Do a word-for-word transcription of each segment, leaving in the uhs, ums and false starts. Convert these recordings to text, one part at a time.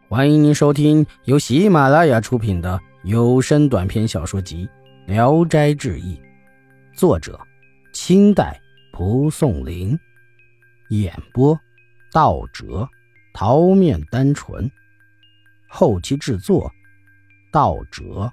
欢迎您收听由喜马拉雅出品的有声短篇小说集《聊斋志异》，作者清代蒲松龄，演播道哲、桃面单纯，后期制作道哲。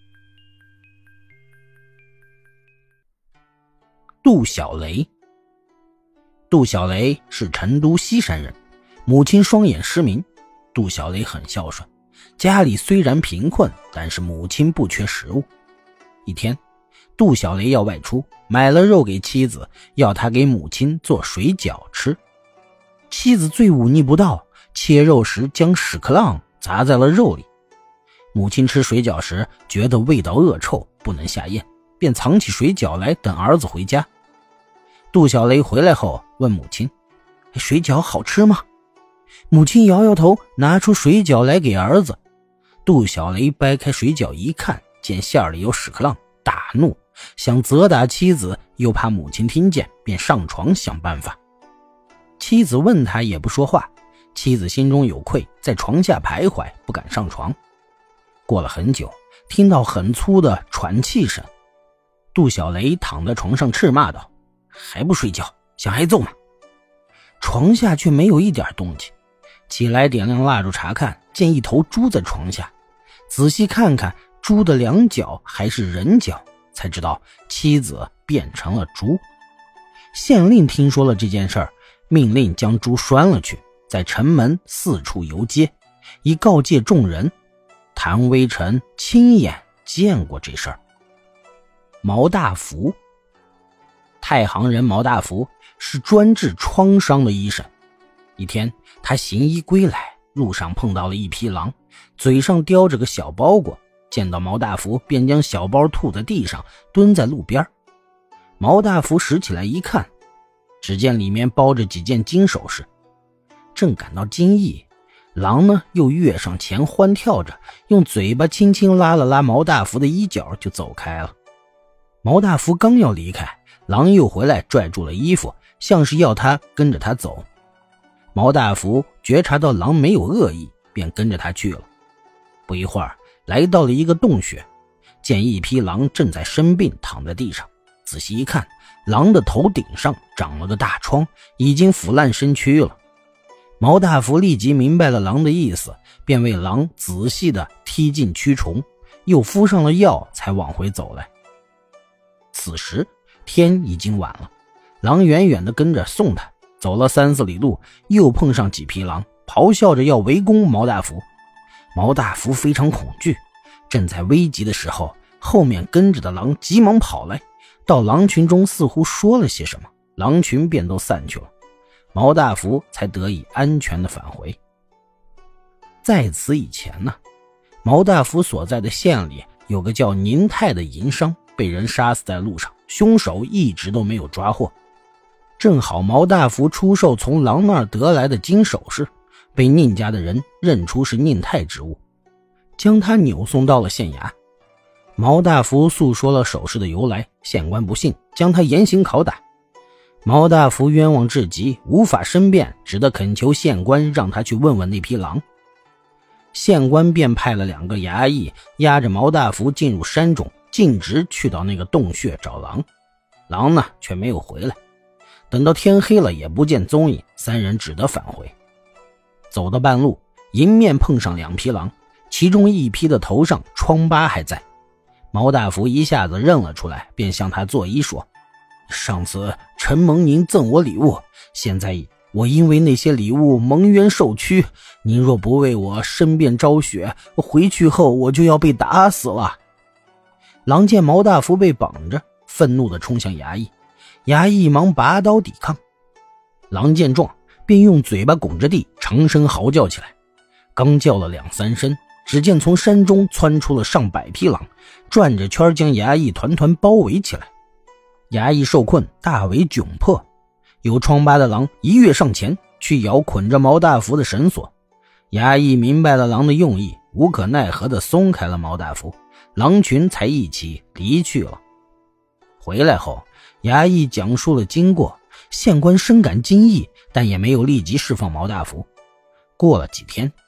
杜小雷，杜小雷是成都西山人，母亲双眼失明。杜小雷很孝顺，家里虽然贫困，但是母亲不缺食物。一天，杜小雷要外出，买了肉给妻子，要他给母亲做水饺吃。妻子最忤逆不道，切肉时将屎壳郎砸在了肉里。母亲吃水饺时觉得味道恶臭，不能下咽，便藏起水饺来等儿子回家。杜小雷回来后问母亲：水饺好吃吗？母亲摇摇头，拿出水饺来给儿子。杜小雷掰开水饺一看，见馅里有屎壳郎，大怒，想责打妻子，又怕母亲听见，便上床想办法。妻子问他也不说话，妻子心中有愧，在床下徘徊，不敢上床。过了很久，听到很粗的喘气声，杜小雷躺在床上斥骂道：还不睡觉，想挨揍吗？床下却没有一点动静，起来点亮蜡烛查看，见一头猪在床下，仔细看看，猪的两脚还是人脚，才知道妻子变成了猪。县令听说了这件事儿，命令将猪拴了去，在城门四处游街，以告诫众人。谭威臣亲眼见过这事儿。毛大福，太行人毛大福是专治创伤的医生。一天，他行医归来，路上碰到了一匹狼，嘴上叼着个小包裹，见到毛大福便将小包吐在地上，蹲在路边。毛大福拾起来一看，只见里面包着几件金首饰。正感到惊异，狼呢又跃上前欢跳着，用嘴巴轻轻拉了拉毛大福的衣角，就走开了。毛大福刚要离开，狼又回来拽住了衣服，像是要他跟着他走。毛大福觉察到狼没有恶意，便跟着他去了。不一会儿，来到了一个洞穴，见一匹狼正在生病躺在地上，仔细一看，狼的头顶上长了个大疮，已经腐烂身躯了。毛大福立即明白了狼的意思，便为狼仔细地踢尽蛆虫，又敷上了药，才往回走来。此时天已经晚了，狼远远地跟着送他，走了三四里路，又碰上几匹狼，咆哮着要围攻毛大福。毛大福非常恐惧，正在危急的时候，后面跟着的狼急忙跑来，到狼群中似乎说了些什么，狼群便都散去了，毛大福才得以安全地返回。在此以前呢，毛大福所在的县里有个叫宁泰的营商被人杀死在路上，凶手一直都没有抓获。正好毛大福出售从狼那儿得来的金首饰，被宁家的人认出是宁泰之物，将他扭送到了县衙。毛大福诉说了首饰的由来，县官不信，将他严刑拷打。毛大福冤枉至极，无法申辩，只得恳求县官让他去问问那匹狼。县官便派了两个衙役押着毛大福进入山中，径直去到那个洞穴找狼。狼呢却没有回来，等到天黑了也不见踪影，三人只得返回。走到半路，迎面碰上两匹狼，其中一匹的头上疮疤还在。毛大福一下子认了出来，便向他作揖说：上次承蒙您赠我礼物，现在我因为那些礼物蒙冤受屈，您若不为我申辩昭雪，回去后我就要被打死了。狼见毛大福被绑着，愤怒地冲向衙役，衙役忙拔刀抵抗。狼见状，便用嘴巴拱着地，长声嚎叫起来。刚叫了两三声，只见从山中窜出了上百匹狼，转着圈将衙役团团包围起来。衙役受困，大为窘迫。有疮疤的狼一跃上前，去咬捆着毛大福的绳索。衙役明白了狼的用意，无可奈何地松开了毛大福，狼群才一起离去了。回来后，衙役讲述了经过，县官深感惊异，但也没有立即释放毛大福。过了几天，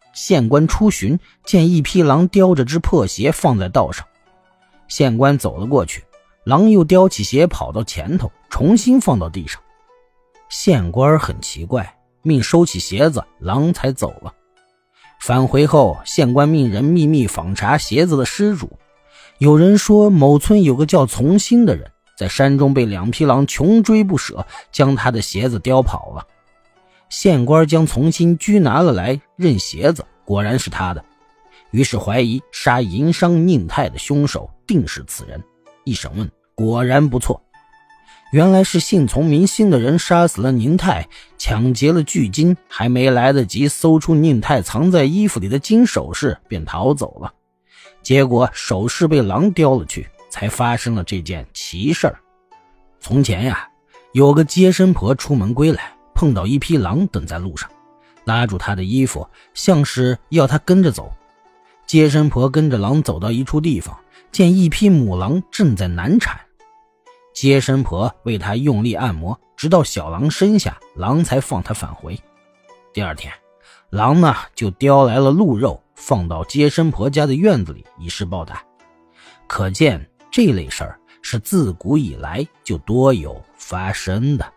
县官出巡，见一匹狼叼着只破鞋放在道上。县官走了过去，狼又叼起鞋跑到前头，重新放到地上。县官很奇怪，命收起鞋子，狼才走了。返回后，县官命人秘密访查鞋子的失主。有人说某村有个叫从心的人，在山中被两匹狼穷追不舍，将他的鞋子叼跑了。县官将从心拘拿了来认鞋子，果然是他的，于是怀疑杀银商宁泰的凶手定是此人。一审问，果然不错，原来是姓从名心的人杀死了宁泰，抢劫了巨金，还没来得及搜出宁泰藏在衣服里的金首饰便逃走了，结果首饰被狼叼了去，才发生了这件奇事儿。从前呀，有个接生婆出门归来，碰到一匹狼等在路上，拉住她的衣服，像是要她跟着走。接生婆跟着狼走到一处地方，见一匹母狼正在难产。接生婆为她用力按摩，直到小狼生下，狼才放她返回。第二天，狼呢就叼来了鹿肉，放到接生婆家的院子里以示报答。可见这类事儿是自古以来就多有发生的。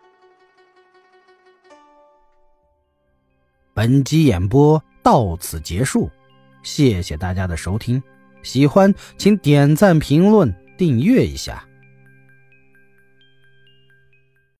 本集演播到此结束，谢谢大家的收听，喜欢请点赞评论订阅一下。